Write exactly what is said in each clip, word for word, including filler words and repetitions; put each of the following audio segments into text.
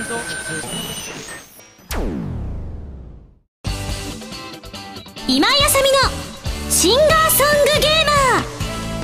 と今井あさみのシンガーソングゲーマー。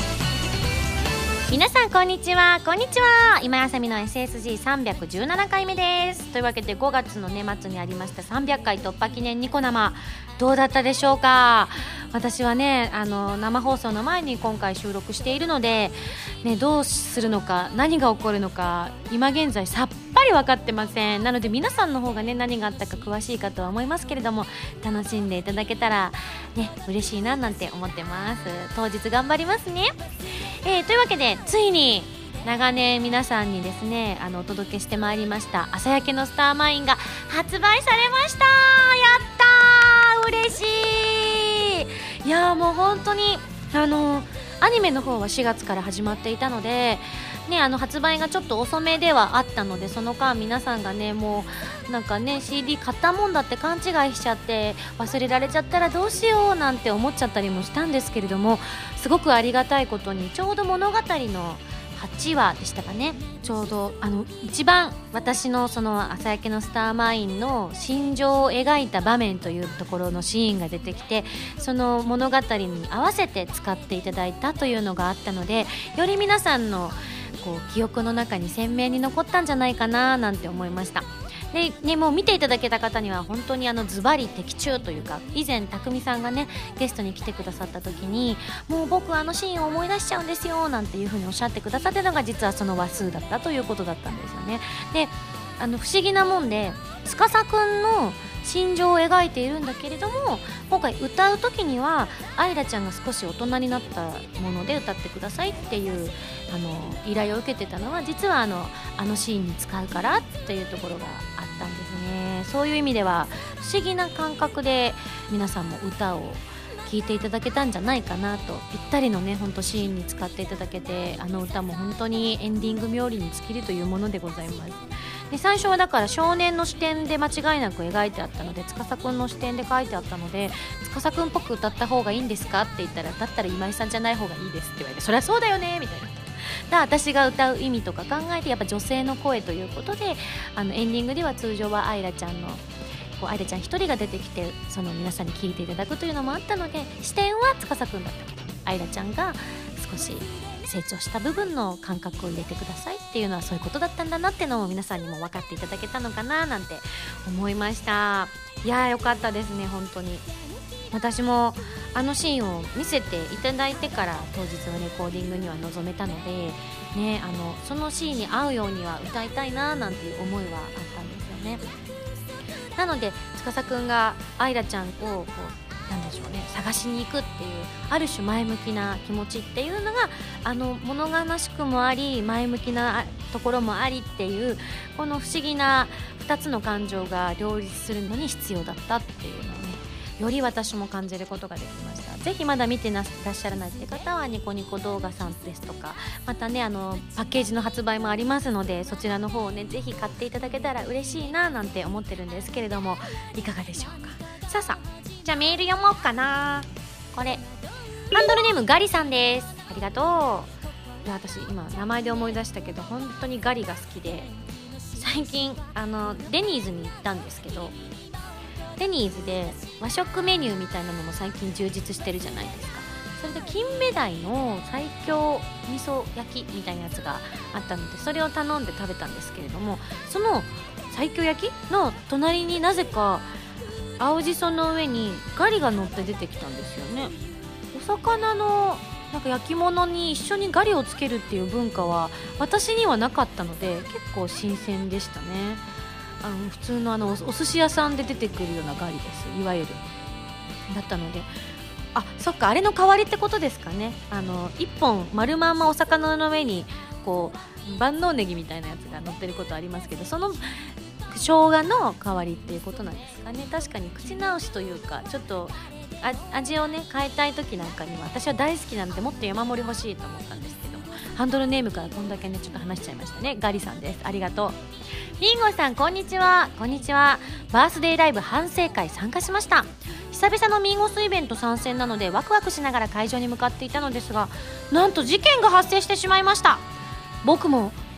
皆さんこんにちは、こんにちは。今井あさみの エスエスジーさんびゃくじゅうななかいめです。というわけでごがつの年末にありましたさんびゃっかい突破記念ニコ生、どうだったでしょうか。私はね、あの生放送の前に今回収録しているので、ね、どうするのか何が起こるのか今現在さっぱり分かってません。なので皆さんの方がね何があったか詳しいかとは思いますけれども、楽しんでいただけたらね嬉しいななんて思ってます。当日頑張りますね。えー、というわけでついに長年皆さんにですねあのお届けしてまいりました朝焼けのスターマインが発売されました。やったー、嬉しい。いやーもう本当にあのアニメの方はしがつから始まっていたので、ね、あの発売がちょっと遅めではあったので、その間皆さんがねもうなんかね シーディー 買ったもんだって勘違いしちゃって忘れられちゃったらどうしようなんて思っちゃったりもしたんですけれども、すごくありがたいことにちょうど物語のはちわでしたかね、ちょうどあの一番私のその朝焼けのスターマインの心情を描いた場面というところのシーンが出てきて、その物語に合わせて使っていただいたというのがあったので、より皆さんのこう記憶の中に鮮明に残ったんじゃないかななんて思いました。でね、もう見ていただけた方には本当にあのズバリ的中というか、以前匠さんがねゲストに来てくださった時にもう僕あのシーンを思い出しちゃうんですよなんていう風におっしゃってくださってたのが実はその話数だったということだったんですよね。であの不思議なもんで司くんの心情を描いているんだけれども、今回歌う時にはアイラちゃんが少し大人になったもので歌ってくださいっていうあの依頼を受けてたのは、実はあのあのシーンに使うからっていうところがあったんですね。そういう意味では不思議な感覚で皆さんも歌を聴いていただけたんじゃないかなと、ぴったりのね本当シーンに使っていただけて、あの歌も本当にエンディング冥利に尽きるというものでございます。で最初はだから少年の視点で間違いなく描いてあったので、司くんの視点で書いてあったので、司くんっぽく歌った方がいいんですかって言ったら、だったら今井さんじゃない方がいいですって言われて、そりゃそうだよねみたいな。だから私が歌う意味とか考えて、やっぱ女性の声ということで、あのエンディングでは通常はアイラちゃんのこうアイラちゃん一人が出てきてその皆さんに聴いていただくというのもあったので、視点は司くんだったけどアイラちゃんが少し成長した部分の感覚を入れてくださいっていうのはそういうことだったんだなってのも皆さんにも分かっていただけたのかななんて思いました。いやーよかったですね。本当に私もあのシーンを見せていただいてから当日のレコーディングには臨めたので、ね、あのそのシーンに合うようには歌いたいななんていう思いはあったんですよね。なので司くんがアイラちゃんをこうなんでしょうね、探しに行くっていうある種前向きな気持ちっていうのがあの物悲しくもあり前向きなところもありっていうこの不思議なふたつの感情が両立するのに必要だったっていうのをね、より私も感じることができました。ぜひまだ見てらっしゃらないって方はニコニコ動画さんですとか、またねあのパッケージの発売もありますので、そちらの方をねぜひ買っていただけたら嬉しいななんて思ってるんですけれども、いかがでしょうか。さあさあじゃあメール読もうかな。これハンドルネームガリさんです。ありがとう。いや私今名前で思い出したけど本当にガリが好きで、最近あのデニーズに行ったんですけど、デニーズで和食メニューみたいなのも最近充実してるじゃないですか。それで金目鯛の最強味噌焼きみたいなやつがあったので、それを頼んで食べたんですけれども、その最強焼きの隣になぜか青じその上にガリが乗って出てきたんですよね。お魚のなんか焼き物に一緒にガリをつけるっていう文化は私にはなかったので結構新鮮でしたね。あの普通のあのお寿司屋さんで出てくるようなガリです、いわゆるだったので、あそっかあれの代わりってことですかね。あの一本丸まんまお魚の上にこう万能ネギみたいなやつが乗ってることありますけど、その生姜の代わりっていうことなんですかね。確かに口直しというかちょっと味をね変えたい時なんかには私は大好きなのでもっと山盛り欲しいと思ったんですけども、ハンドルネームからこんだけねちょっと話しちゃいましたね。ガリさんです、ありがとう。ミンゴさんこんにちは。こんにちは。バースデーライブ反省会参加しました。久々のミンゴスイベント参戦なのでワクワクしながら会場に向かっていたのですが、なんと事件が発生してしまいました。僕も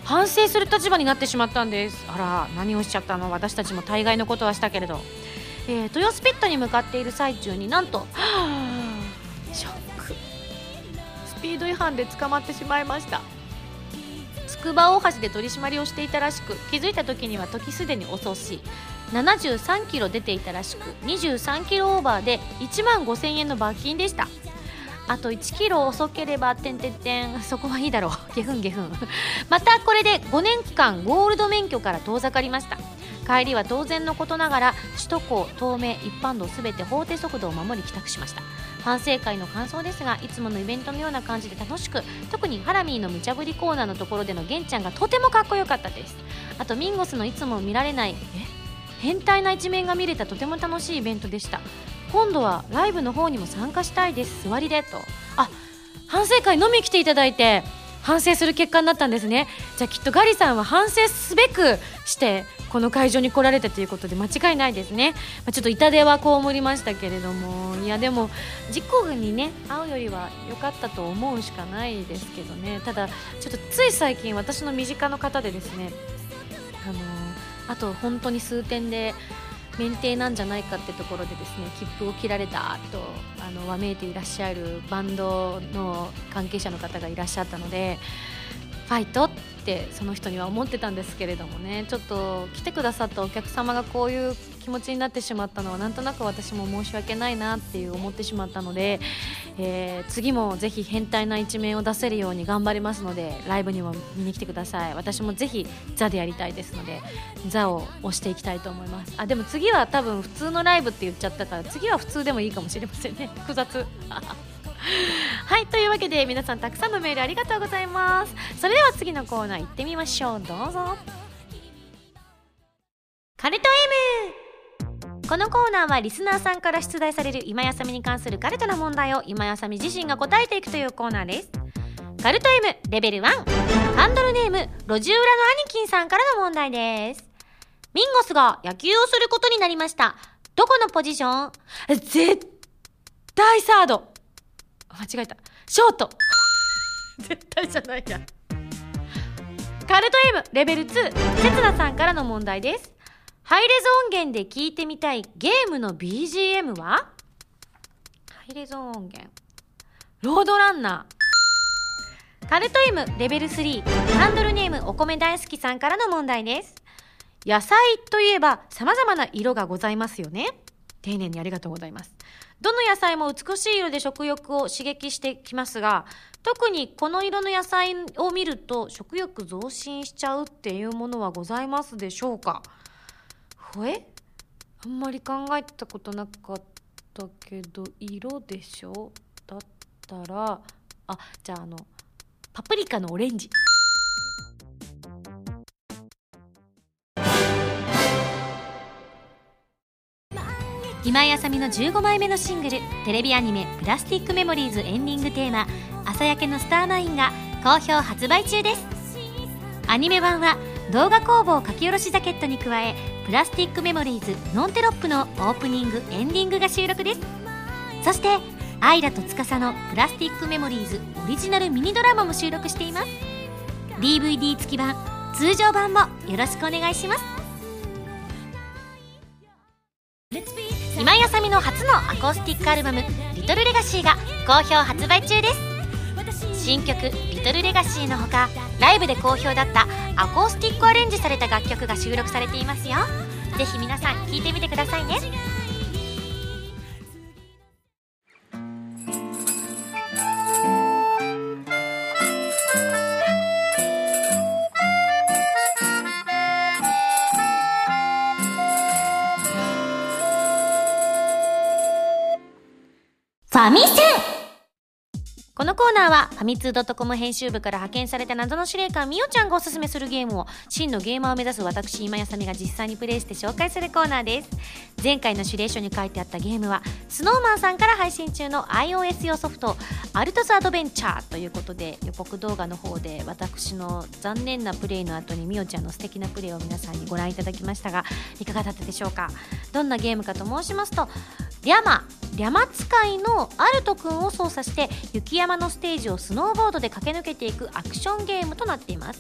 反省する立場になってしまったんです。あら、何をしちゃったの。私たちも大概のことはしたけれど、えー、豊洲ピットに向かっている最中になんとショック、スピード違反で捕まってしまいました。筑波大橋で取り締まりをしていたらしく、気づいた時には時すでに遅し、ななじゅうさんキロ出ていたらしく、にじゅうさんキロオーバーでいちまんごせんえんの罰金でした。あといちキロ遅ければてんてんてん、そこはいいだろう、ゲフンゲフンまたこれでごねんかんゴールド免許から遠ざかりました。帰りは当然のことながら首都高、東名、一般道すべて法定速度を守り帰宅しました。反省会の感想ですが、いつものイベントのような感じで楽しく、特にハラミーの無茶ぶりコーナーのところでのゲンちゃんがとてもかっこよかったです。あとミンゴスのいつも見られないえ変態な一面が見れたとても楽しいイベントでした。今度はライブの方にも参加したいです。座りでと。あ、反省会のみ来ていただいて反省する結果になったんですね。じゃあきっとガリさんは反省すべくしてこの会場に来られたということで間違いないですね。まあ、ちょっと痛手は被りましたけれども、いやでも事故にね会うよりは良かったと思うしかないですけどね。ただちょっとつい最近私の身近な方でですね、あのー、あと本当に数点で免停なんじゃないかってところでですね、切符を切られたとあのわめいていらっしゃるバンドの関係者の方がいらっしゃったので、ファイトってその人には思ってたんですけれどもね、ちょっと来てくださったお客様がこういう気持ちになってしまったのはなんとなく私も申し訳ないなっていう思ってしまったので、えー、次もぜひ変態な一面を出せるように頑張りますので、ライブにも見に来てください。私もぜひザでやりたいですので、ザを押していきたいと思います。あ、でも次は多分普通のライブって言っちゃったから、次は普通でもいいかもしれませんね。複雑はい、というわけで皆さんたくさんのメールありがとうございます。それでは次のコーナー行ってみましょう。どうぞ。カルト M。 このコーナーはリスナーさんから出題される今やさみに関するカルトな問題を今やさみ自身が答えていくというコーナーです。カルト M レベルワン、ハンドルネーム路地裏の兄貴さんからの問題です。ミンゴスが野球をすることになりました。どこのポジション？絶対サード。間違えた。ショート絶対じゃないや。カルト M レベルツー、せつなさんからの問題です。ハイレゾ音源で聴いてみたいゲームの ビージーエム は？ハイレゾ音源、ロードランナー。カルト M レベルスリー、ハンドルネームお米大好きさんからの問題です。野菜といえば様々な色がございますよね。丁寧にありがとうございます。どの野菜も美しい色で食欲を刺激してきますが、特にこの色の野菜を見ると食欲増進しちゃうっていうものはございますでしょうか？ほえ？あんまり考えたことなかったけど、色でしょ？だったら、あ、じゃああのパプリカのオレンジ。今井あさみのじゅうごまいめのシングル、テレビアニメプラスティックメモリーズエンディングテーマ、朝焼けのスターマインが好評発売中です。アニメ版は動画工房書き下ろしジャケットに加え、プラスティックメモリーズノンテロップのオープニングエンディングが収録です。そしてアイラと司のプラスティックメモリーズオリジナルミニドラマも収録しています。 ディーブイディー 付き版、通常版もよろしくお願いします。今井あさみの初のアコースティックアルバムリトルレガシーが好評発売中です。新曲リトルレガシーのほか、ライブで好評だったアコースティックアレンジされた楽曲が収録されていますよ。ぜひ皆さん聴いてみてくださいね。ファミセン。このコーナーはファミツー .com 編集部から派遣された謎の司令官みおちゃんがおすすめするゲームを真のゲーマーを目指す私今やさみが実際にプレイして紹介するコーナーです。前回の指令書に書いてあったゲームはスノーマンさんから配信中の iOS 用ソフトアルトスアドベンチャーということで、予告動画の方で私の残念なプレイの後にみおちゃんの素敵なプレイを皆さんにご覧いただきましたが、いかがだったでしょうか。どんなゲームかと申しますと、リャマリャマ使いのアルト君を操作して雪山のステージをスノーボードで駆け抜けていくアクションゲームとなっています。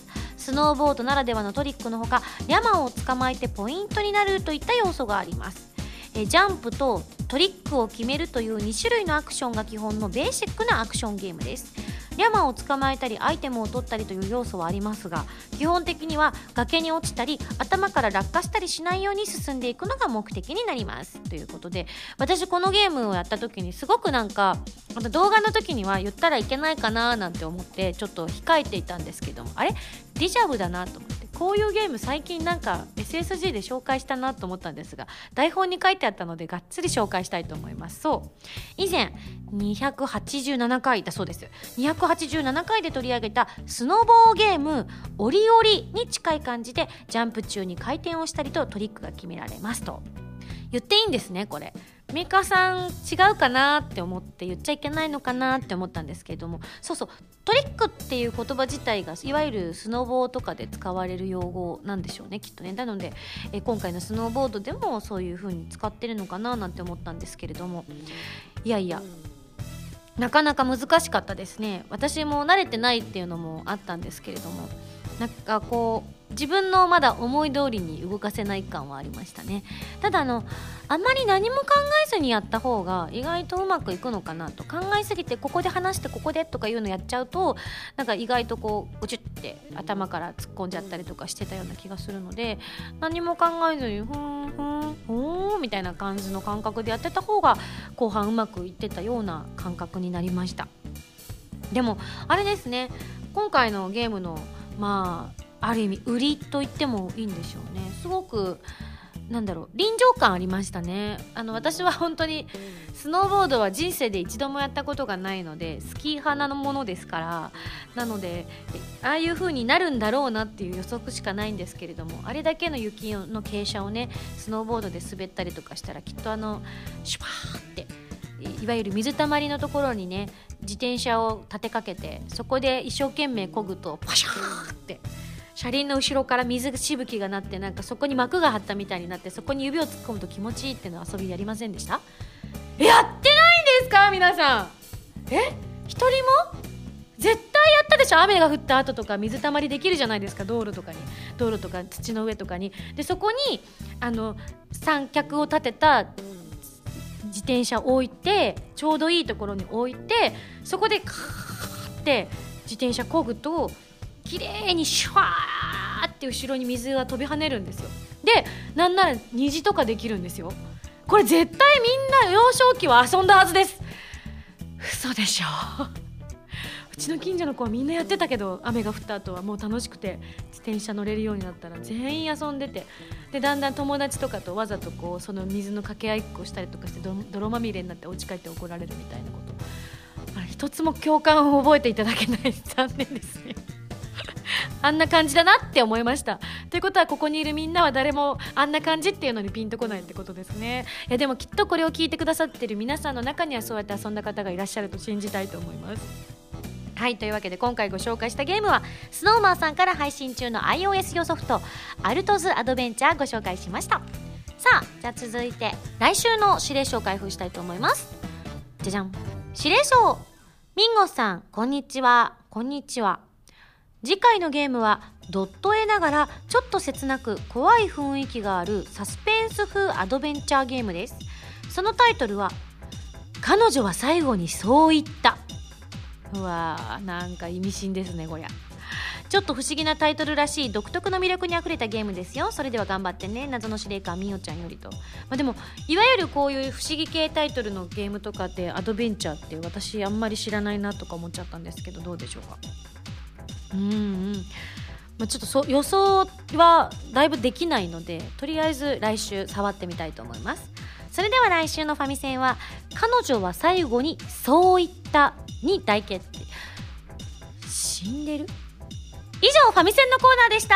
スノーボードならではのトリックのほか、リャマを捕まえてポイントになるといった要素があります。えジャンプとトリックを決めるというに種類のアクションが基本のベーシックなアクションゲームです。リャマを捕まえたりアイテムを取ったりという要素はありますが、基本的には崖に落ちたり頭から落下したりしないように進んでいくのが目的になりますということで、私このゲームをやった時にすごくなんか動画の時には言ったらいけないかななんて思ってちょっと控えていたんですけども、あれデジャブだなと思って、こういうゲーム最近なんか エスエスジー で紹介したなと思ったんですが、台本に書いてあったのでがっつり紹介したいと思います。そう以前にひゃくはちじゅうななかいだそうです。にひゃくはちじゅうななかいで取り上げたスノボーゲームオリオリに近い感じで、ジャンプ中に回転をしたりとトリックが決められますと言っていいんですね。これメーカーさん違うかなって思って言っちゃいけないのかなって思ったんですけれども、そうそう、トリックっていう言葉自体がいわゆるスノボーとかで使われる用語なんでしょうね、きっとね。なのでえ今回のスノーボードでもそういう風に使ってるのかななんて思ったんですけれども、いやいやなかなか難しかったですね。私も慣れてないっていうのもあったんですけれども、なんかこう自分のまだ思い通りに動かせない感はありましたね。ただあのあんまり何も考えずにやった方が意外とうまくいくのかなと。考えすぎてここで話してここでとかいうのやっちゃうと、なんか意外とこううちって頭から突っ込んじゃったりとかしてたような気がするので、何も考えずにふんふんふーんみたいな感じの感覚でやってた方が後半うまくいってたような感覚になりました。でもあれですね、今回のゲームのまあある意味売りと言ってもいいんでしょうね。すごくなんだろう、臨場感ありましたね。あの私は本当にスノーボードは人生で一度もやったことがないのでスキー派なものですから、なのでああいう風になるんだろうなっていう予測しかないんですけれども、あれだけの雪の傾斜をねスノーボードで滑ったりとかしたら、きっとあのシュパーっていわゆる水たまりのところにね自転車を立てかけて、そこで一生懸命漕ぐとパシャーって車輪の後ろから水しぶきが鳴って、なんかそこに膜が張ったみたいになって、そこに指を突っ込むと気持ちいいっていうの遊びやりませんでした？やってないんですか皆さん？え一人も？絶対やったでしょ。雨が降った後とか水たまりできるじゃないですか、道路とかに道路とか土の上とかに。でそこにあの三脚を立てた自転車を置いて、ちょうどいいところに置いて、そこでカーって自転車漕ぐと綺麗にシュワーって後ろに水が飛び跳ねるんですよ。でなんなら虹とかできるんですよ。これ絶対みんな幼少期は遊んだはずです。嘘でしょうちの近所の子はみんなやってたけど、雨が降った後はもう楽しくて自転車乗れるようになったら全員遊んでて、でだんだん友達とかとわざとこうその水の掛け合いっこしたりとかして泥まみれになってお家帰って怒られるみたいなこと、あれ一つも共感を覚えていただけない残念ですねあんな感じだなって思いました。ということはここにいるみんなは誰もあんな感じっていうのにピンとこないってことですね。いやでもきっとこれを聞いてくださってる皆さんの中にはそうやって遊んだ方がいらっしゃると信じたいと思います。はい、というわけで今回ご紹介したゲームはスノーマンさんから配信中の iOS 用ソフトアルトズアドベンチャーご紹介しました。さあじゃあ続いて来週の指令書を開封したいと思います。じゃじゃん。指令書、ミンゴさんこんにちは。こんにちは。次回のゲームはドット絵ながらちょっと切なく怖い雰囲気があるサスペンス風アドベンチャーゲームです。そのタイトルは彼女は最後にそう言った。うわー、なんか意味深ですねこりゃ。ちょっと不思議なタイトルらしい独特の魅力にあふれたゲームですよ。それでは頑張ってね、謎の司令官みおちゃんよりと。まあ、でもいわゆるこういう不思議系タイトルのゲームとかってアドベンチャーって私あんまり知らないなとか思っちゃったんですけど、どうでしょうか。うんうん、まあ、ちょっとそ予想はだいぶできないので、とりあえず来週触ってみたいと思います。それでは来週のファミセンは彼女は最後にそう言ったに大決定。死んでる。以上ファミセンのコーナーでした。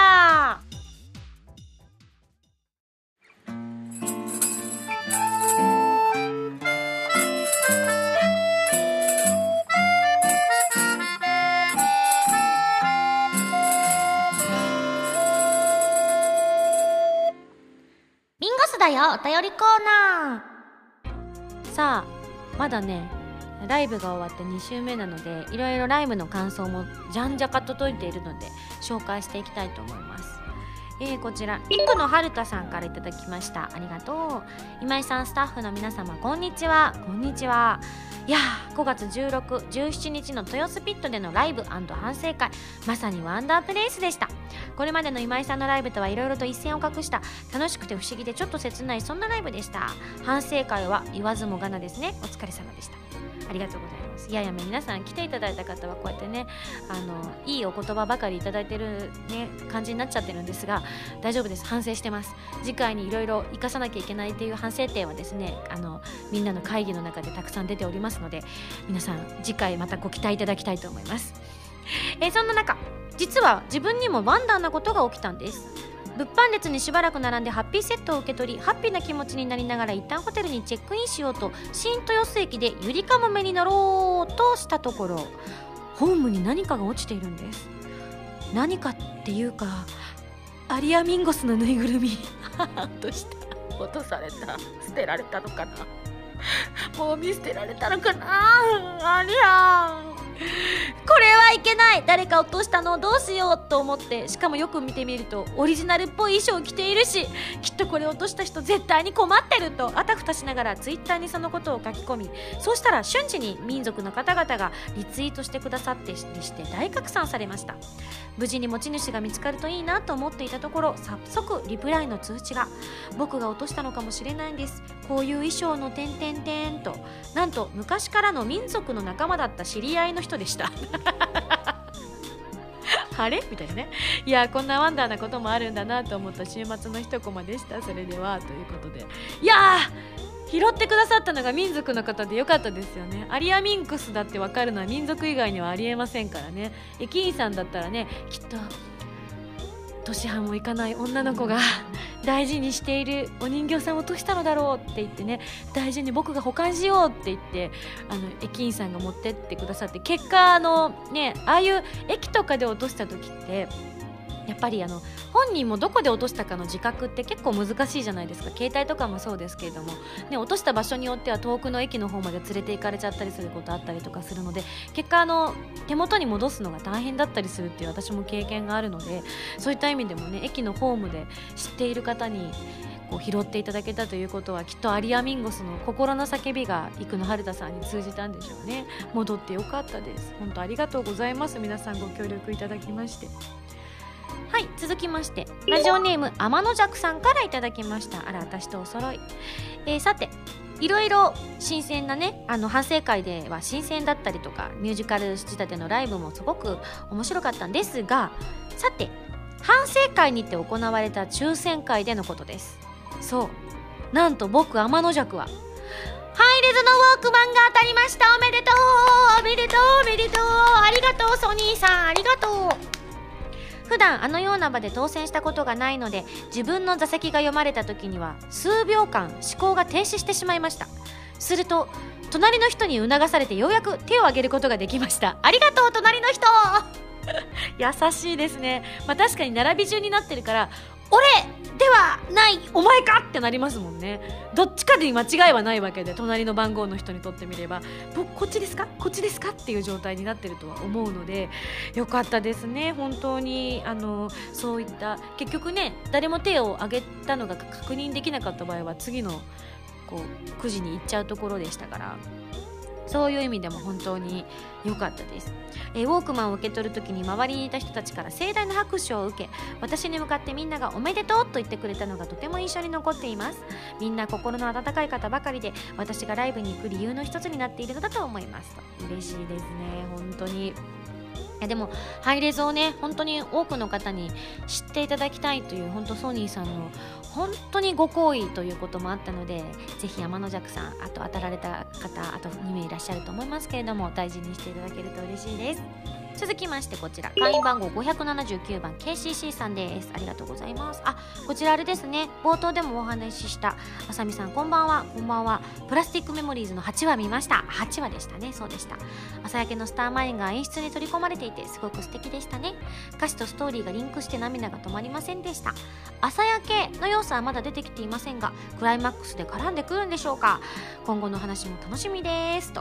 ミンゴスだよお便りコーナー。さあまだねライブが終わってに週目なので、いろいろライブの感想もじゃんじゃか届いているので紹介していきたいと思います。えー、こちらピックのはるたさんからいただきました。ありがとう。今井さん、スタッフの皆様、こんにちは。こんにちは。いやー、ごがつじゅうろく、じゅうしちにちの豊洲ピットでのライブ&反省会、まさにワンダープレイスでした。これまでの今井さんのライブとはいろいろと一線を画した楽しくて不思議でちょっと切ない、そんなライブでした。反省会は言わずもがなですね。お疲れ様でした。ありがとうございます。いやいや、皆さん来ていただいた方はこうやってね、あのいいお言葉ばかりいただいてる、ね、感じになっちゃってるんですが、大丈夫です。反省してます。次回にいろいろ生かさなきゃいけないっていう反省点はですね、あのみんなの会議の中でたくさん出ておりますので、皆さん次回またご期待いただきたいと思います。えー、そんな中、実は自分にもワンダーなことが起きたんです。物販列にしばらく並んでハッピーセットを受け取り、ハッピーな気持ちになりながら一旦ホテルにチェックインしようと新豊洲駅でゆりかもめに乗ろうとしたところ、ホームに何かが落ちているんです。何かっていうか、アリアミンゴスのぬいぐるみとした落とされた、捨てられたのかな、もう見捨てられたのかな。ありゃー、これはいけない、誰か落としたの、どうしようと思って、しかもよく見てみるとオリジナルっぽい衣装を着ているし、きっとこれ落とした人絶対に困ってるとあたふたしながらツイッターにそのことを書き込み、そうしたら瞬時に民族の方々がリツイートしてくださってして大拡散されました。無事に持ち主が見つかるといいなと思っていたところ、早速リプライの通知が、僕が落としたのかもしれないんです、こういう衣装の点々点と、なんと昔からの民族の仲間だった知り合いの人でしたあれみたいなね。いや、こんなワンダーなこともあるんだなと思った週末の一コマでした。それではということで、いやー、拾ってくださったのが民族の方でよかったですよね。アリアミンクスだって分かるのは民族以外にはありえませんからね。駅員さんだったらね、きっと年半もいかない女の子が大事にしているお人形さんを落としたのだろうって言ってね、大事に僕が保管しようって言って、あの駅員さんが持ってってくださって、結果あのね、ああいう駅とかで落とした時ってやっぱりあの本人もどこで落としたかの自覚って結構難しいじゃないですか。携帯とかもそうですけれども、ね、落とした場所によっては遠くの駅の方まで連れて行かれちゃったりすることあったりとかするので、結果あの手元に戻すのが大変だったりするっていう私も経験があるので、そういった意味でもね、駅のホームで知っている方にこう拾っていただけたということは、きっとアリアミンゴスの心の叫びが生野春太さんに通じたんでしょうね。戻ってよかったです。本当ありがとうございます。皆さんご協力いただきまして。はい、続きましてラジオネーム天の弱さんからいただきました。あら、私とお揃い。えー、さて、いろいろ新鮮なね、あの反省会では新鮮だったりとか、ミュージカル仕立てのライブもすごく面白かったんですが、さて反省会にて行われた抽選会でのことです。そう、なんと僕天の弱はハイレズのウォークマンが当たりました。おめでとうおめでとうおめでとう、ありがとうソニーさん、ありがとう。普段あのような場で当選したことがないので、自分の座席が読まれた時には数秒間思考が停止してしまいました。すると隣の人に促されてようやく手を挙げることができました。ありがとう隣の人優しいですね。まあ、確かに並び順になってるから、俺ではないお前かってなりますもんね。どっちかで間違いはないわけで、隣の番号の人にとってみれば、僕こっちですかこっちですかっていう状態になってるとは思うので、よかったですね。本当にあのそういった結局ね、誰も手を挙げたのが確認できなかった場合は次のこうくじに行っちゃうところでしたから、そういう意味でも本当に良かったです。えー、ウォークマンを受け取るときに周りにいた人たちから盛大な拍手を受け、私に向かってみんながおめでとうと言ってくれたのがとても印象に残っています。みんな心の温かい方ばかりで、私がライブに行く理由の一つになっているのだと思いますと。嬉しいですね、本当に。いやでもハイレゾをね、本当に多くの方に知っていただきたいという、本当ソニーさんの本当にご好意ということもあったので、ぜひ山野弱さん、あと当たられた方あとにめいいらっしゃると思いますけれども、大事にしていただけると嬉しいです。続きましてこちら、会員番号ごひゃくななじゅうきゅうばん ケーシーシー さんです。ありがとうございます。あ、こちらあれですね、冒頭でもお話ししたあさみさん、こんばんは。こんばんは。プラスティックメモリーズのはちわ見ました。はちわでしたね。そうでした。朝焼けのスターマインが演出に取り込まれていてすごく素敵でしたね。歌詞とストーリーがリンクして涙が止まりませんでした。朝焼けの要素はまだ出てきていませんが、クライマックスで絡んでくるんでしょうか。今後の話も楽しみですとい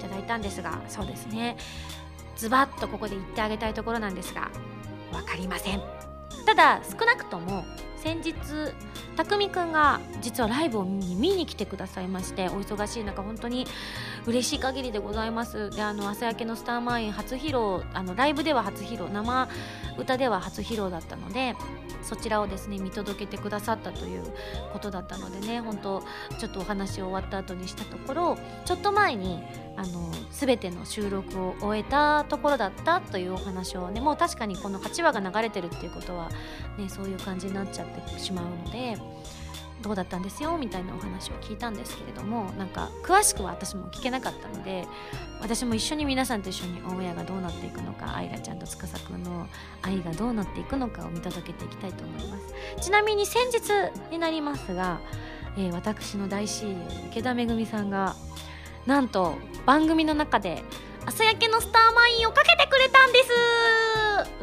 ただいたんですが、そうですね、ズバッとここで言ってあげたいところなんですが、わかりません。ただ少なくとも先日たくみくんが実はライブを見に見に来てくださいまして、お忙しい中本当に嬉しい限りでございます。で、あの朝焼けのスターマイン初披露、あのライブでは初披露、生歌では初披露だったので、そちらをですね見届けてくださったということだったのでね、本当ちょっとお話終わった後にしたところ、ちょっと前にあの全ての収録を終えたところだったというお話をね、もう確かにこのはちわが流れてるっていうことはね、そういう感じになっちゃってしまうので、どうだったんですよみたいなお話を聞いたんですけれども、なんか詳しくは私も聞けなかったので、私も一緒に皆さんと一緒にオンエアがどうなっていくのか、愛がちゃんと司くんの愛がどうなっていくのかを見届けていきたいと思います。ちなみに先日になりますが、えー、私の大親友池田めぐみさんがなんと番組の中で朝焼けのスターマインをかけてくれたんです。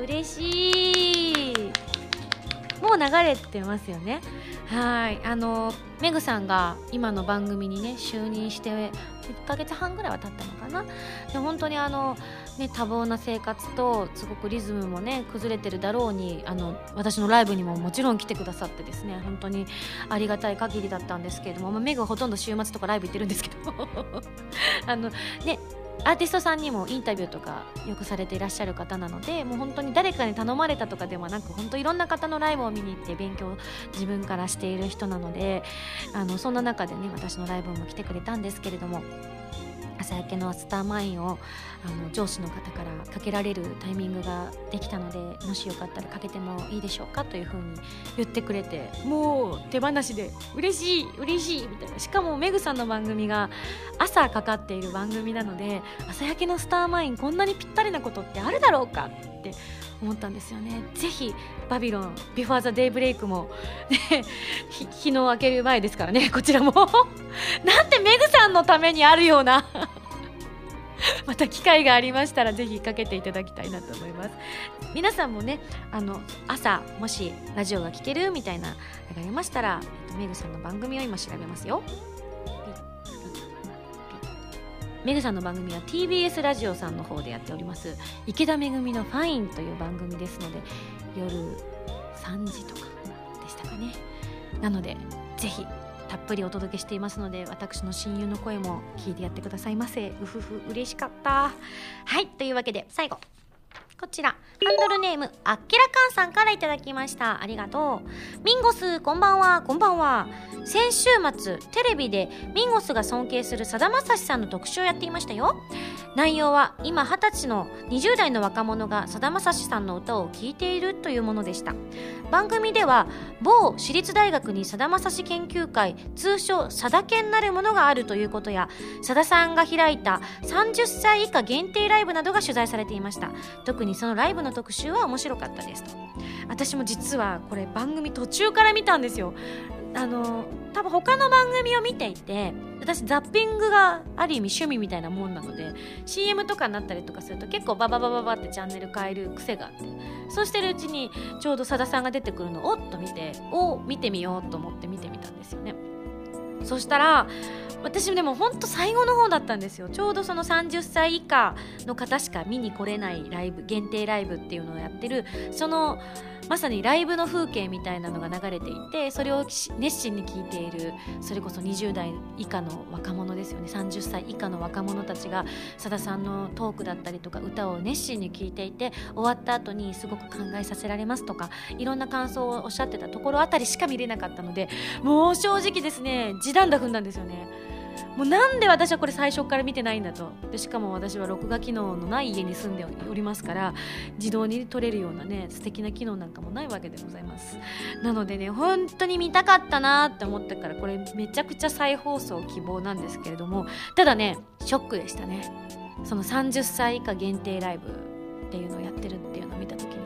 嬉しい。もう流れてますよね。はい、あのメグさんが今の番組にね就任していっかげつはんぐらいは経ったのかな。で本当にあの、ね、多忙な生活とすごくリズムもね崩れてるだろうに、あの私のライブにももちろん来てくださってですね、本当にありがたい限りだったんですけれども、まあ、メグはほとんど週末とかライブ行ってるんですけどあのねアーティストさんにもインタビューとかよくされていらっしゃる方なので、もう本当に誰かに頼まれたとかではなく、本当いろんな方のライブを見に行って勉強を自分からしている人なので、あのそんな中でね私のライブも来てくれたんですけれども、朝焼けのスターマインをあの上司の方からかけられるタイミングができたので、もしよかったらかけてもいいでしょうかというふうに言ってくれて、もう手放しで嬉しい嬉しいみたいな。しかもメグさんの番組が朝かかっている番組なので、朝焼けのスターマインこんなにぴったりなことってあるだろうかって思ったんですよね。ぜひバビロンビフォーザデイブレイクも、ね、日の明ける前ですからね、こちらもなんてメグさんのためにあるようなまた機会がありましたらぜひかけていただきたいなと思います。皆さんもね、あの朝もしラジオが聴けるみたいなのがありましたら、えっと、メグさんの番組を今調べますよ。メグさんの番組は ティービーエス ラジオさんの方でやっております池田めぐみのファインという番組ですので、夜さんじとかでしたかね。なのでぜひたっぷりお届けしていますので、私の親友の声も聞いてやってくださいませ。うふふ嬉しかった。はい、というわけで最後こちらハンドルネームあっけらかんさんからいただきました。ありがとう。ミンゴスこんばんは。こんばんは。先週末テレビでミンゴスが尊敬するさだまさしさんの特集をやっていましたよ。内容は今はたちのにじゅう代の若者がさだまさしさんの歌を聴いているというものでした。番組では某私立大学にさだまさし研究会、通称さだ研なるものがあるということや、さださんが開いたさんじゅっさい以下限定ライブなどが取材されていました。特にそのライブの特集は面白かったですと。私も実はこれ番組途中から見たんですよ。あの多分他の番組を見ていて、私ザッピングがある意味趣味みたいなもんなので シーエム とかになったりとかすると結構バババババってチャンネル変える癖があって、そうしてるうちにちょうどさださんが出てくるのをおっと見て、お見てみようと思って見てみたんですよね。そしたら私でも本当最後の方だったんですよ。ちょうどそのさんじゅっさい以下の方しか見に来れないライブ、限定ライブっていうのをやってる、そのまさにライブの風景みたいなのが流れていて、それを熱心に聴いている、それこそにじゅう代以下の若者ですよね。さんじゅっさい以下の若者たちがさださんのトークだったりとか歌を熱心に聴いていて、終わった後にすごく考えさせられますとかいろんな感想をおっしゃってたところあたりしか見れなかったので、もう正直ですね地団打踏んだんですよね。もうなんで私はこれ最初から見てないんだと。でしかも私は録画機能のない家に住んでおりますから、自動に撮れるようなね素敵な機能なんかもないわけでございます。なのでね本当に見たかったなって思ったから、これめちゃくちゃ再放送希望なんですけれども、ただねショックでしたね。そのさんじゅっさい以下限定ライブっていうのをやってるっていうのを見た時にね、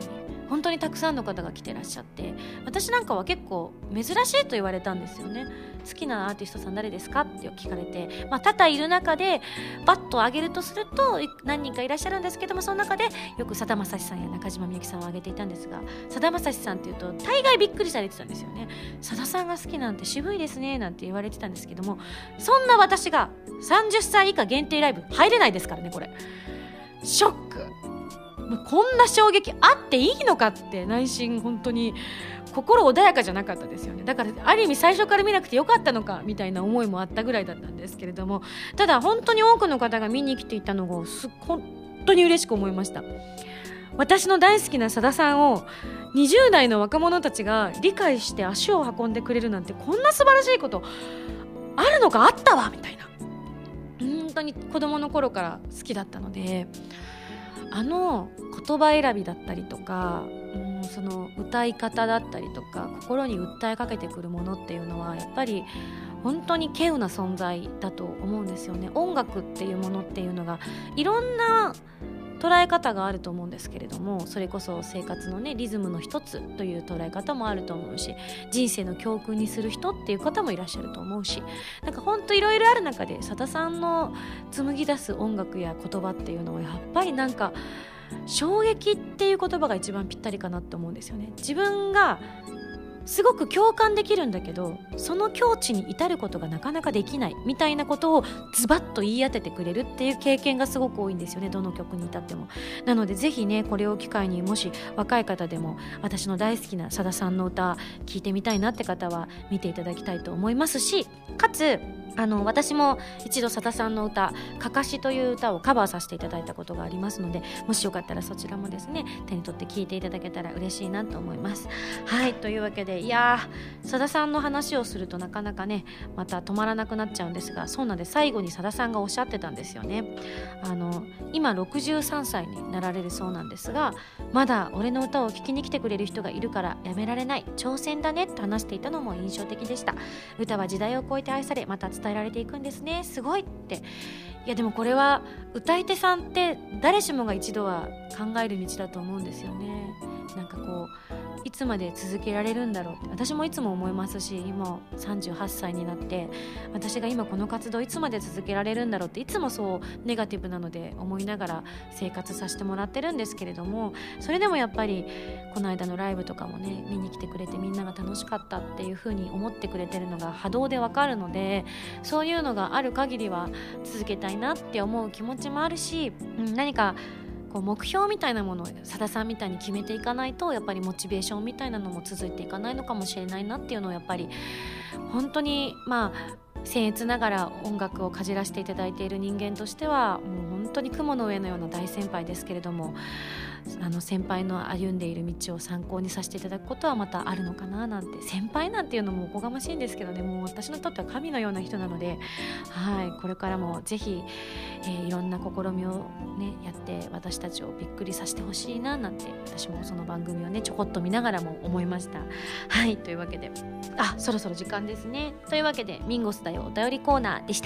本当にたくさんの方が来てらっしゃって、私なんかは結構珍しいと言われたんですよね。好きなアーティストさん誰ですかって聞かれて、まあ、多々いる中でバッと挙げるとすると何人かいらっしゃるんですけども、その中でよくさだまさしさんや中島みゆきさんを挙げていたんですが、さだまさしさんっていうと大概びっくりされてたんですよね。さださんが好きなんて渋いですねなんて言われてたんですけども、そんな私がさんじゅっさい以下限定ライブ入れないですからね。これショック。もうこんな衝撃あっていいのかって内心本当に心穏やかじゃなかったですよね。だからある意味最初から見なくてよかったのかみたいな思いもあったぐらいだったんですけれども、ただ本当に多くの方が見に来ていたのがす本当に嬉しく思いました。私の大好きなさださんをにじゅう代の若者たちが理解して足を運んでくれるなんて、こんな素晴らしいことあるのか、あったわみたいな、本当に子供の頃から好きだったので、あの言葉選びだったりとか、うん、その歌い方だったりとか心に訴えかけてくるものっていうのはやっぱり本当に稀有な存在だと思うんですよね。音楽っていうものっていうのがいろんな捉え方があると思うんですけれども、それこそ生活のねリズムの一つという捉え方もあると思うし、人生の教訓にする人っていう方もいらっしゃると思うし、なんかほんといろいろある中でさださんの紡ぎ出す音楽や言葉っていうのはやっぱりなんか衝撃っていう言葉が一番ぴったりかなって思うんですよね。自分がすごく共感できるんだけど、その境地に至ることがなかなかできないみたいなことをズバッと言い当ててくれるっていう経験がすごく多いんですよね、どの曲に至っても。なのでぜひね、これを機会にもし若い方でも私の大好きなさださんの歌聴いてみたいなって方は見ていただきたいと思いますし、かつあの私も一度さださんの歌かかしという歌をカバーさせていただいたことがありますので、もしよかったらそちらもですね手に取って聴いていただけたら嬉しいなと思います。はい、というわけで、いやーさださんの話をするとなかなかねまた止まらなくなっちゃうんですが、そうなんで最後にさださんがおっしゃってたんですよね。あの今ろくじゅうさんさいになられるそうなんですが、まだ俺の歌を聴きに来てくれる人がいるからやめられない、挑戦だねと話していたのも印象的でした。歌は時代を超えて愛され、また伝えられていくんですね、すごいって。いやでもこれは歌い手さんって誰しもが一度は考える道だと思うんですよね。なんかこういつまで続けられるんだろうって私もいつも思いますし、今さんじゅうはっさいになって私が今この活動いつまで続けられるんだろうっていつもそうネガティブなので思いながら生活させてもらってるんですけれども、それでもやっぱりこの間のライブとかもね見に来てくれてみんなが楽しかったっていう風に思ってくれてるのが波動でわかるので、そういうのがある限りは続けたいなって思う気持ちもあるし、うん、何かこう目標みたいなものをさださんみたいに決めていかないとやっぱりモチベーションみたいなのも続いていかないのかもしれないなっていうのをやっぱり本当にまあ僭越ながら音楽をかじらせていただいている人間としてはもう本当に雲の上のような大先輩ですけれども、あの先輩の歩んでいる道を参考にさせていただくことはまたあるのかななんて。先輩なんていうのもおこがましいんですけどね、もう私にとっては神のような人なので、はい、これからもぜひ、えー、いろんな試みを、ね、やって私たちをびっくりさせてほしいななんて私もその番組をねちょこっと見ながらも思いました。はい、というわけであそろそろ時間ですね。というわけでミンゴスだよお便りコーナーでした。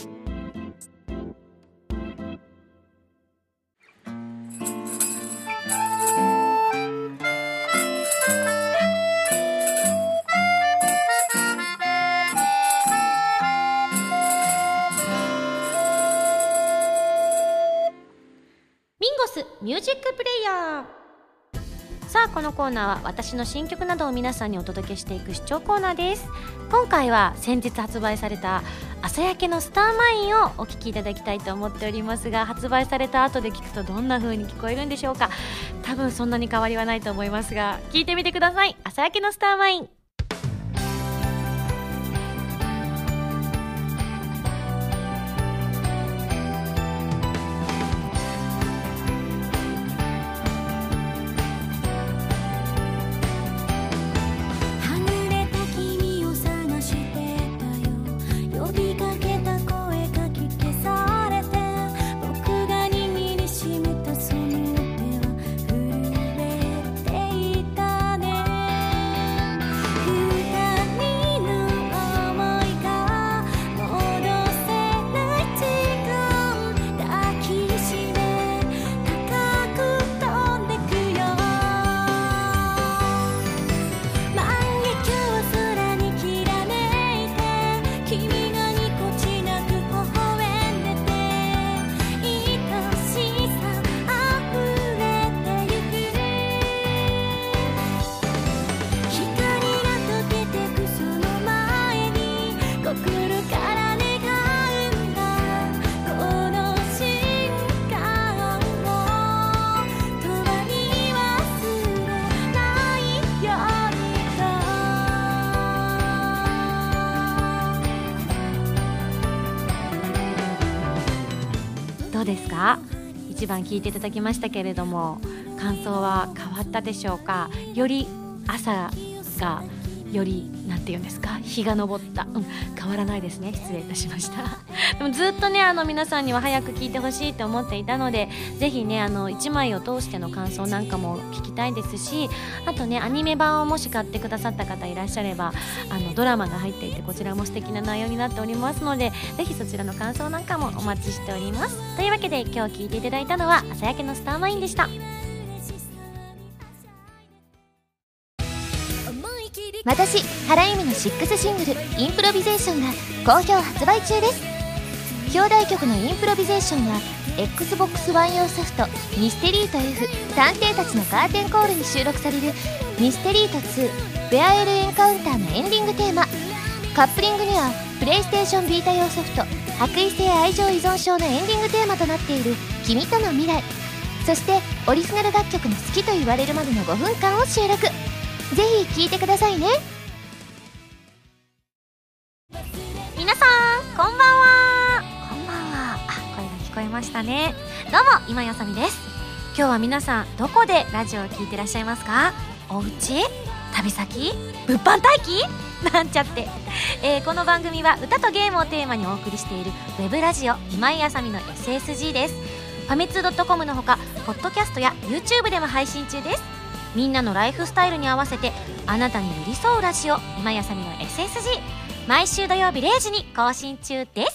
ミュージックプレイヤー。さあこのコーナーは私の新曲などを皆さんにお届けしていく視聴コーナーです。今回は先日発売された朝焼けのスターマインをお聴きいただきたいと思っておりますが、発売された後で聞くとどんな風に聞こえるんでしょうか。多分そんなに変わりはないと思いますが聞いてみてください。朝焼けのスターマイン。 「 うですか？一番聞いていただきましたけれども、感想は変わったでしょうか？より朝がよりなんて言うんですか、日が昇った、うん、変わらないですね、失礼いたしましたでもずっとねあの皆さんには早く聞いてほしいと思っていたので、ぜひねあのいちまいを通しての感想なんかも聞きたいですし、あとねアニメ版をもし買ってくださった方いらっしゃれば、あのドラマが入っていてこちらも素敵な内容になっておりますので、ぜひそちらの感想なんかもお待ちしております。というわけで今日聞いていただいたのは朝焼けのスターマインでした。 私原由美のシックスシングルインプロビゼーションが好評発売中です。表題曲のインプロビゼーションは エックスボックスワン 用ソフトミステリート F 探偵たちのカーテンコールに収録されるミステリートツーベアエルエンカウンターのエンディングテーマ。カップリングにはプレイステーションビータ用ソフト白衣性愛情依存症のエンディングテーマとなっている君との未来、そしてオリジナル楽曲の好きと言われるまでのごふんかんを収録。ぜひ聴いてくださいね。 皆さんこんばんは。こんばんは。あ、声が聞こえましたね。どうも今やさみです。今日は皆さんどこでラジオを聞いてらっしゃいますか？お家？旅先？物販待機？なんちゃって、えー、この番組は歌とゲームをテーマにお送りしているウェブラジオ今井あさみの エスエスジー です。ファミツー .com のほかポッドキャストや YouTube でも配信中です。みんなのライフスタイルに合わせてあなたに寄り添うラジオ今井あさみの エスエスジー、 毎週土曜日れいじに更新中です。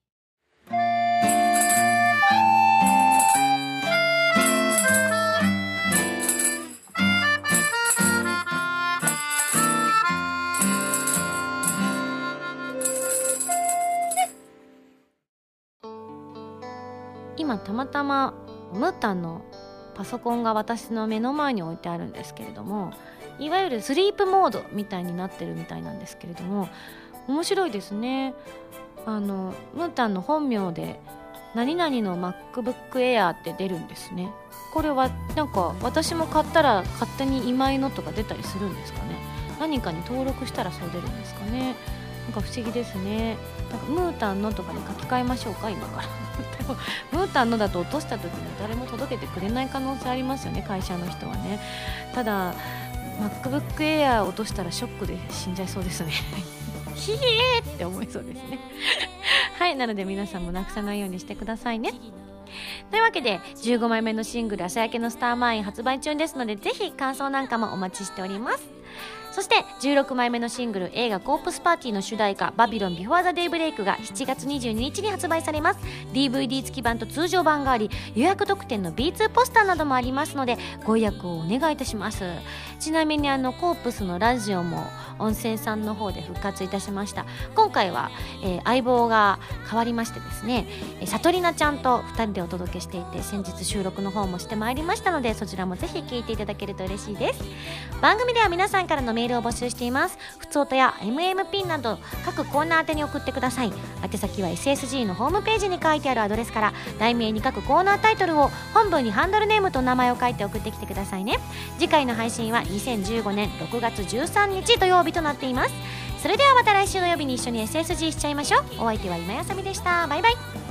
今たまたまムータンのパソコンが私の目の前に置いてあるんですけれども、いわゆるスリープモードみたいになってるみたいなんですけれども、面白いですね。あのムータンの本名で何々の MacBook Air って出るんですね。これはなんか私も買ったら勝手に今井のとか出たりするんですかね。何かに登録したらそう出るんですかね。なんか不思議ですね。なんかムータンのとかに書き換えましょうか今からでもムータンのだと落とした時に誰も届けてくれない可能性ありますよね、会社の人はね。ただ MacBook Air 落としたらショックで死んじゃいそうですねひえーって思いそうですねはい、なので皆さんもなくさないようにしてくださいね。というわけでじゅうごまいめのシングル朝焼けのスターマイン発売中ですので、ぜひ感想なんかもお待ちしております。そしてじゅうろくまいめのシングル映画コープスパーティーの主題歌バビロンビフォーザデイブレイクがしちがつにじゅうににちに発売されます。 ディーブイディー 付き版と通常版があり、予約特典の ビーツー ポスターなどもありますのでご予約をお願いいたします。ちなみにあのコープスのラジオも温泉さんの方で復活いたしました。今回は、えー、相棒が変わりましてですね、さとりなちゃんとふたりでお届けしていて、先日収録の方もしてまいりましたので、そちらもぜひ聞いていただけると嬉しいです。番組では皆さんからのメールを募集しています。ふつおたや エムエム ピンなど各コーナー宛てに送ってください。宛先は エスエスジー のホームページに書いてあるアドレスから、題名に各コーナータイトルを、本文にハンドルネームと名前を書いて送ってきてくださいね。次回の配信はにせんじゅうごねんろくがつじゅうさんにち土曜日となっています。それではまた来週土曜日に一緒に エスエスジー しちゃいましょう。お相手は今やさみでした。バイバイ。